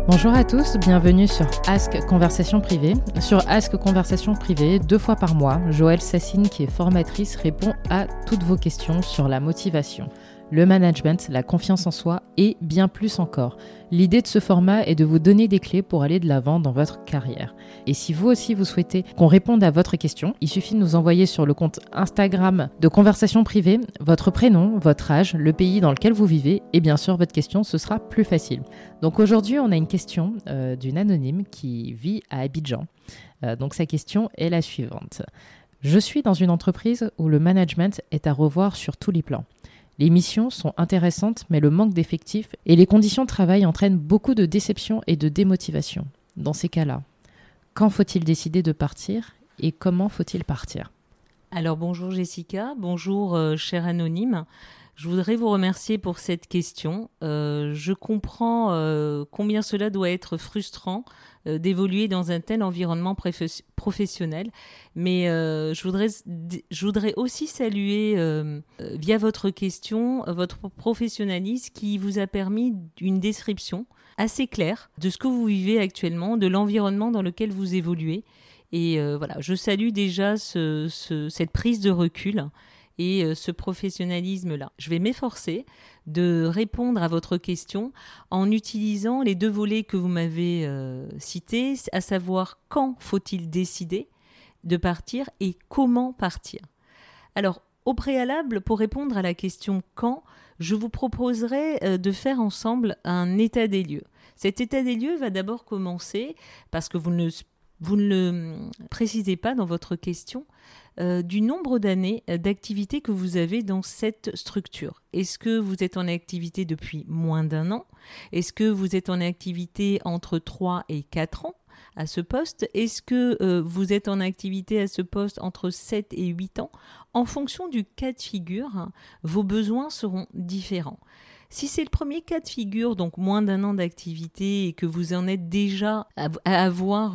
Bonjour à tous, bienvenue sur Ask Conversation Privée. Sur Ask Conversation Privée, 2 fois par mois, Joëlle Sassine, qui est formatrice, répond à toutes vos questions sur la motivation, le management, la confiance en soi et bien plus encore. L'idée de ce format est de vous donner des clés pour aller de l'avant dans votre carrière. Et si vous aussi vous souhaitez qu'on réponde à votre question, il suffit de nous envoyer sur le compte Instagram de Conversation Privée votre prénom, votre âge, le pays dans lequel vous vivez et bien sûr votre question, ce sera plus facile. Donc aujourd'hui, on a une question d'une anonyme qui vit à Abidjan. Donc sa question est la suivante. Je suis dans une entreprise où le management est à revoir sur tous les plans. Les missions sont intéressantes, mais le manque d'effectifs et les conditions de travail entraînent beaucoup de déception et de démotivation. Dans ces cas-là, quand faut-il décider de partir et comment faut-il partir ? Alors bonjour Jessica, bonjour cher anonyme. Je voudrais vous remercier pour cette question. Je comprends combien cela doit être frustrant d'évoluer dans un tel environnement professionnel, mais je voudrais aussi saluer via votre question votre professionnalisme qui vous a permis une description assez claire de ce que vous vivez actuellement, de l'environnement dans lequel vous évoluez. Et voilà, je salue déjà cette prise de recul et ce professionnalisme-là. Je vais m'efforcer de répondre à votre question en utilisant les 2 volets que vous m'avez cités, à savoir quand faut-il décider de partir et comment partir. Alors, au préalable, pour répondre à la question quand, je vous proposerai de faire ensemble un état des lieux. Cet état des lieux va d'abord commencer, parce que vous ne le précisez pas dans votre question, du nombre d'années d'activité que vous avez dans cette structure. Est-ce que vous êtes en activité depuis moins d'1 an ? Est-ce que vous êtes en activité entre 3 et 4 ans à ce poste ? Est-ce que vous êtes en activité à ce poste entre 7 et 8 ans ? En fonction du cas de figure, vos besoins seront différents. Si c'est le premier cas de figure, donc moins d'1 an d'activité et que vous en êtes déjà à avoir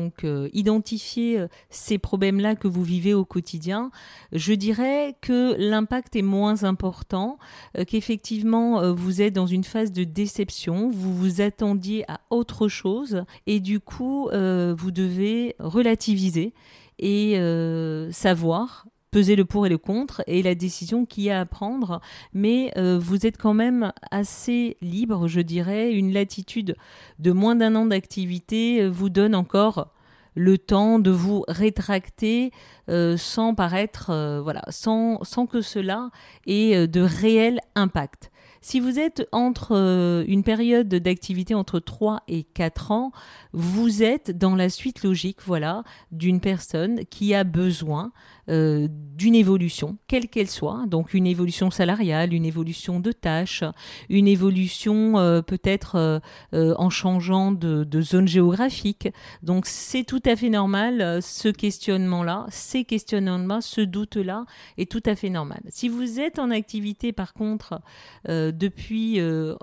identifié ces problèmes-là que vous vivez au quotidien, je dirais que l'impact est moins important, qu'effectivement vous êtes dans une phase de déception, vous vous attendiez à autre chose et du coup vous devez relativiser et savoir peser le pour et le contre et la décision qu'il y a à prendre, mais vous êtes quand même assez libre, je dirais. Une latitude de moins d'1 an d'activité vous donne encore le temps de vous rétracter sans paraître, sans que cela ait de réel impact. Si vous êtes entre une période d'activité entre 3 et 4 ans, vous êtes dans la suite logique d'une personne qui a besoin d'une évolution, quelle qu'elle soit, donc une évolution salariale, une évolution de tâches, une évolution peut-être en changeant de zone géographique. Donc c'est tout à fait normal, ce questionnement-là, ces questionnements-là, ce doute-là est tout à fait normal. Si vous êtes en activité par contre depuis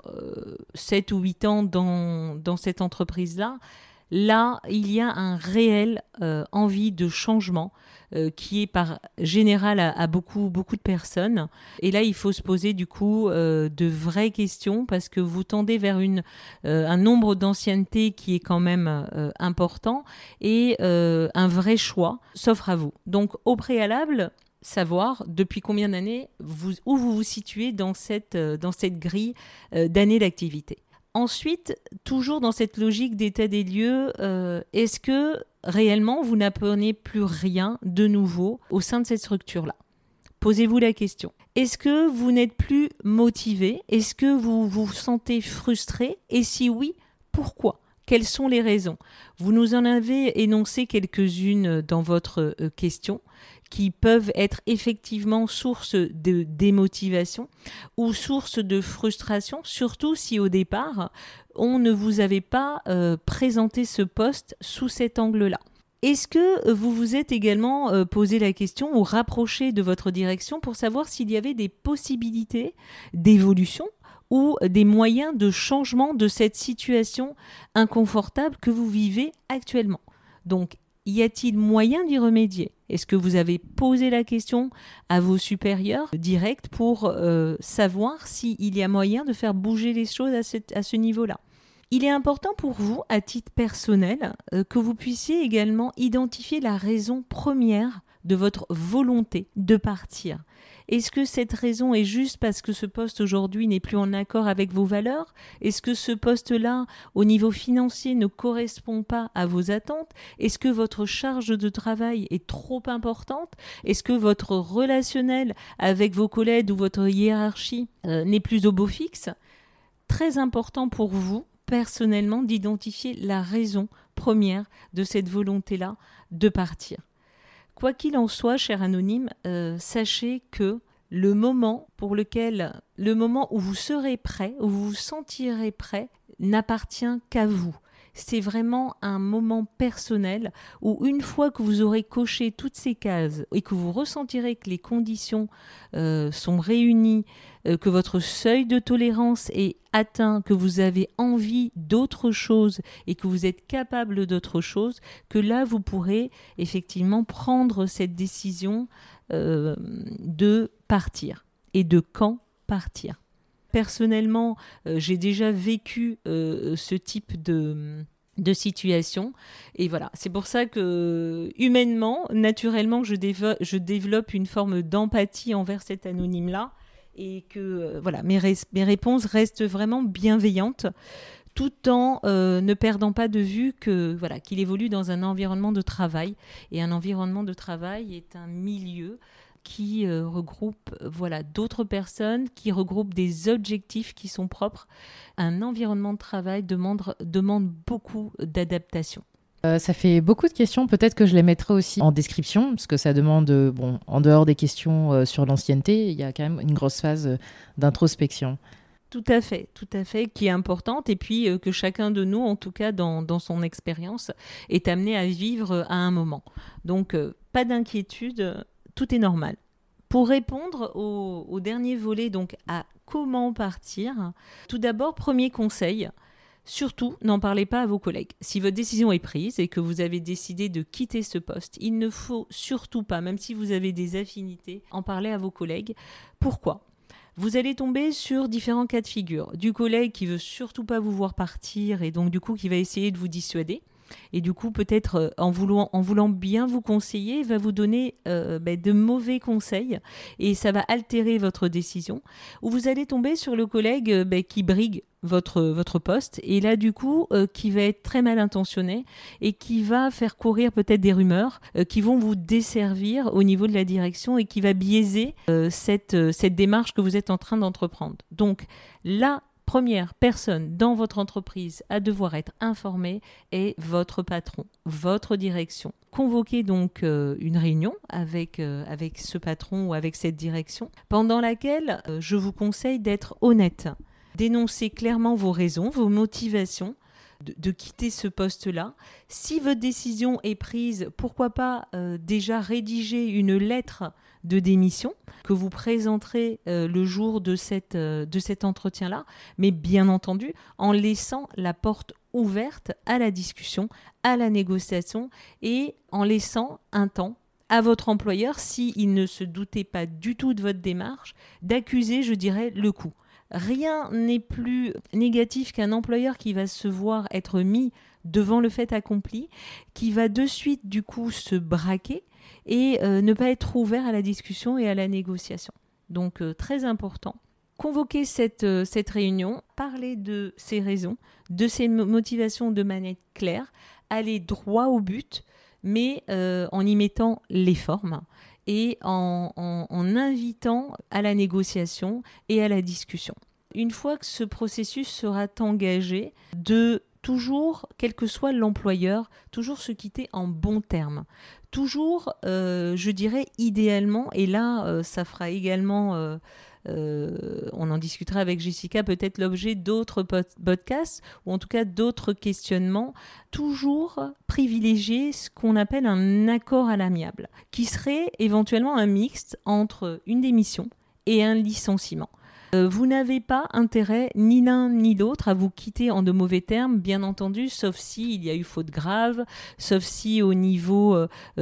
7 ou 8 ans dans cette entreprise-là, là, il y a un réel envie de changement qui est par général à beaucoup de personnes. Et là, il faut se poser du coup de vraies questions parce que vous tendez vers un nombre d'ancienneté qui est quand même important et un vrai choix s'offre à vous. Donc, au préalable, savoir depuis combien d'années où vous vous situez dans cette grille d'années d'activité. Ensuite, toujours dans cette logique d'état des lieux, est-ce que réellement vous n'apprenez plus rien de nouveau au sein de cette structure-là ? Posez-vous la question. Est-ce que vous n'êtes plus motivé ? Est-ce que vous vous sentez frustré ? Et si oui, pourquoi ? Quelles sont les raisons ? Vous nous en avez énoncé quelques-unes dans votre question qui peuvent être effectivement source de démotivation ou source de frustration, surtout si au départ, on ne vous avait pas présenté ce poste sous cet angle-là. Est-ce que vous vous êtes également posé la question ou rapproché de votre direction pour savoir s'il y avait des possibilités d'évolution ou des moyens de changement de cette situation inconfortable que vous vivez actuellement ? Donc, y a-t-il moyen d'y remédier ? Est-ce que vous avez posé la question à vos supérieurs directs pour savoir s'il y a moyen de faire bouger les choses à ce niveau-là ? Il est important pour vous, à titre personnel, que vous puissiez également identifier la raison première de votre volonté de partir. Est-ce que cette raison est juste parce que ce poste aujourd'hui n'est plus en accord avec vos valeurs ? Est-ce que ce poste-là, au niveau financier, ne correspond pas à vos attentes ? Est-ce que votre charge de travail est trop importante ? Est-ce que votre relationnel avec vos collègues ou votre hiérarchie n'est plus au beau fixe ? Très important pour vous, personnellement, d'identifier la raison première de cette volonté-là de partir. Quoi qu'il en soit, cher anonyme, sachez que le moment où vous serez prêt, où vous vous sentirez prêt, n'appartient qu'à vous. C'est vraiment un moment personnel où une fois que vous aurez coché toutes ces cases et que vous ressentirez que les conditions sont réunies, que votre seuil de tolérance est atteint, que vous avez envie d'autre chose et que vous êtes capable d'autre chose, que là vous pourrez effectivement prendre cette décision de partir et de quand partir. Personnellement, j'ai déjà vécu ce type de situation. Et voilà, c'est pour ça que humainement, naturellement, je développe une forme d'empathie envers cet anonyme-là et que voilà, mes réponses restent vraiment bienveillantes tout en ne perdant pas de vue qu'il évolue dans un environnement de travail. Et un environnement de travail est un milieu qui regroupe d'autres personnes, qui regroupe des objectifs qui sont propres. Un environnement de travail demande beaucoup d'adaptation. Ça fait beaucoup de questions, peut-être que je les mettrai aussi en description, parce que ça demande, en dehors des questions sur l'ancienneté, il y a quand même une grosse phase d'introspection. Tout à fait, qui est importante, et puis que chacun de nous, en tout cas dans son expérience, est amené à vivre à un moment. Donc, pas d'inquiétude, tout est normal. Pour répondre au dernier volet, donc à comment partir, tout d'abord, premier conseil, surtout, n'en parlez pas à vos collègues. Si votre décision est prise et que vous avez décidé de quitter ce poste, il ne faut surtout pas, même si vous avez des affinités, en parler à vos collègues. Pourquoi ? Vous allez tomber sur différents cas de figure. Du collègue qui veut surtout pas vous voir partir et donc du coup qui va essayer de vous dissuader. Et du coup, peut-être en voulant bien vous conseiller, va vous donner de mauvais conseils et ça va altérer votre décision. Ou vous allez tomber sur le collègue qui brigue votre poste et là, du coup, qui va être très mal intentionné et qui va faire courir peut-être des rumeurs qui vont vous desservir au niveau de la direction et qui va biaiser cette démarche que vous êtes en train d'entreprendre. Donc là, première personne dans votre entreprise à devoir être informée est votre patron, votre direction. Convoquez donc une réunion avec ce patron ou avec cette direction, pendant laquelle je vous conseille d'être honnête. Dénoncez clairement vos raisons, vos motivations de quitter ce poste-là. Si votre décision est prise, pourquoi pas déjà rédiger une lettre de démission que vous présenterez le jour de cet entretien-là, mais bien entendu en laissant la porte ouverte à la discussion, à la négociation et en laissant un temps à votre employeur, s'il ne se doutait pas du tout de votre démarche, d'accuser, je dirais, le coup. Rien n'est plus négatif qu'un employeur qui va se voir être mis devant le fait accompli, qui va de suite du coup se braquer et ne pas être ouvert à la discussion et à la négociation. Donc très important. Convoquez cette réunion, parlez de ses raisons, de ses motivations de manière claire, allez droit au but, mais en y mettant les formes et en invitant à la négociation et à la discussion. Une fois que ce processus sera engagé, de toujours, quel que soit l'employeur, toujours se quitter en bons termes. Toujours, je dirais idéalement, et là, ça fera également... on en discutera avec Jessica, peut-être l'objet d'autres podcasts ou en tout cas d'autres questionnements, toujours privilégier ce qu'on appelle un accord à l'amiable, qui serait éventuellement un mixte entre une démission et un licenciement. Vous n'avez pas intérêt, ni l'un ni l'autre, à vous quitter en de mauvais termes, bien entendu, sauf si il y a eu faute grave, sauf si au niveau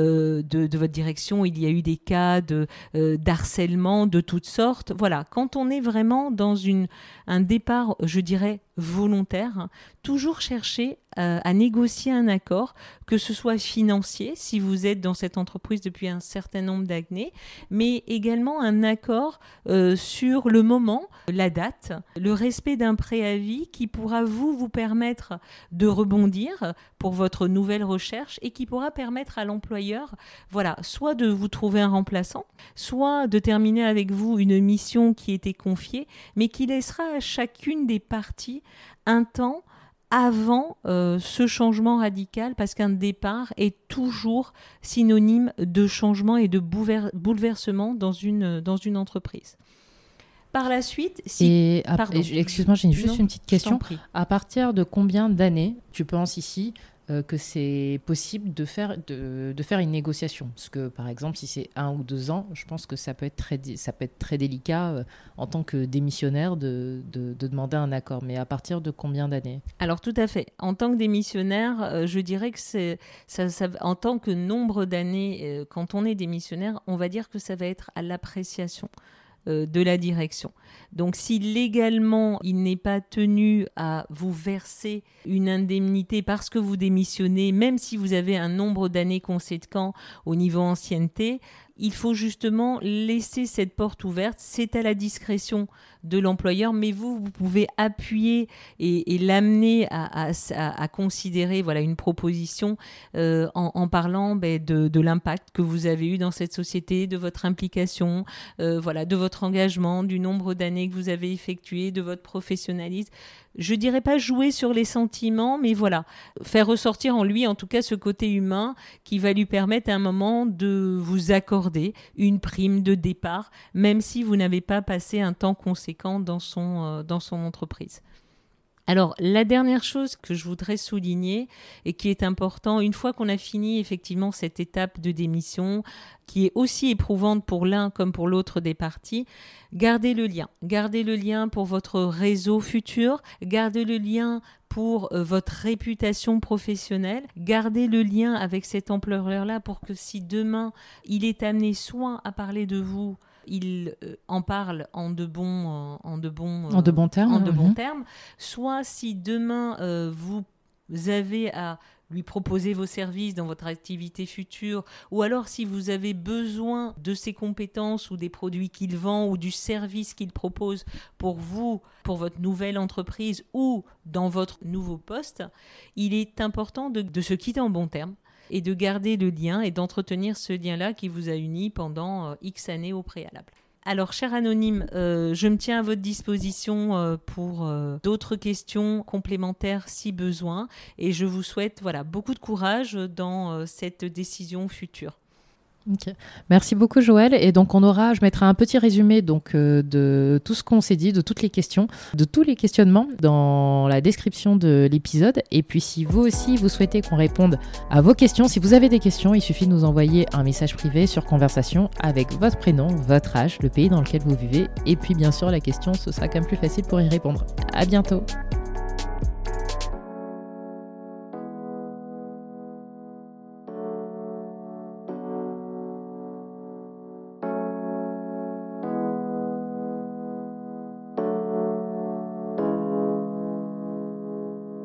de votre direction, il y a eu des cas d'harcèlement de toutes sortes. Voilà, quand on est vraiment dans un départ, je dirais, volontaire, toujours chercher à négocier un accord, que ce soit financier, si vous êtes dans cette entreprise depuis un certain nombre d'années, mais également un accord sur le moment, la date, le respect d'un préavis qui pourra vous permettre de rebondir pour votre nouvelle recherche et qui pourra permettre à l'employeur, voilà, soit de vous trouver un remplaçant, soit de terminer avec vous une mission qui était confiée, mais qui laissera à chacune des parties un temps avant ce changement radical, parce qu'un départ est toujours synonyme de changement et de bouleversement dans une entreprise. Par la suite, excuse-moi, j'ai juste une petite question. À partir de combien d'années tu penses ici que c'est possible de faire une négociation? Parce que, par exemple, si c'est 1 ou 2 ans, je pense que ça peut être très délicat en tant que démissionnaire de demander un accord. Mais à partir de combien d'années? Alors, tout à fait. En tant que démissionnaire, je dirais que en tant que nombre d'années, quand on est démissionnaire, on va dire que ça va être à l'appréciation de la direction. Donc, si légalement, il n'est pas tenu à vous verser une indemnité parce que vous démissionnez, même si vous avez un nombre d'années conséquent au niveau ancienneté, il faut justement laisser cette porte ouverte. C'est à la discrétion de l'employeur, mais vous pouvez appuyer et l'amener à considérer une proposition en parlant de l'impact que vous avez eu dans cette société, de votre implication, de votre engagement, du nombre d'années que vous avez effectué, de votre professionnalisme. Je dirais pas jouer sur les sentiments, mais faire ressortir en lui, en tout cas, ce côté humain qui va lui permettre à un moment de vous accorder une prime de départ, même si vous n'avez pas passé un temps conséquent dans son entreprise. Alors, la dernière chose que je voudrais souligner et qui est important, une fois qu'on a fini effectivement cette étape de démission, qui est aussi éprouvante pour l'un comme pour l'autre des parties, gardez le lien. Gardez le lien pour votre réseau futur, gardez le lien pour votre réputation professionnelle, gardez le lien avec cet employeur-là pour que si demain il est amené soit à parler de vous, il en parle en de bons termes, soit si demain vous avez à lui proposer vos services dans votre activité future, ou alors si vous avez besoin de ses compétences ou des produits qu'il vend ou du service qu'il propose pour vous, pour votre nouvelle entreprise ou dans votre nouveau poste, il est important de se quitter en bons termes et de garder le lien et d'entretenir ce lien-là qui vous a uni pendant X années au préalable. Alors, cher Anonyme, je me tiens à votre disposition pour d'autres questions complémentaires si besoin. Et je vous souhaite beaucoup de courage dans cette décision future. Okay. Merci beaucoup Joël. Et donc je mettrai un petit résumé de tout ce qu'on s'est dit, de toutes les questions, de tous les questionnements dans la description de l'épisode. Et puis si vous aussi vous souhaitez qu'on réponde à vos questions, si vous avez des questions, il suffit de nous envoyer un message privé sur Conversation avec votre prénom, votre âge, le pays dans lequel vous vivez. Et puis bien sûr la question, ce sera quand même plus facile pour y répondre. À bientôt.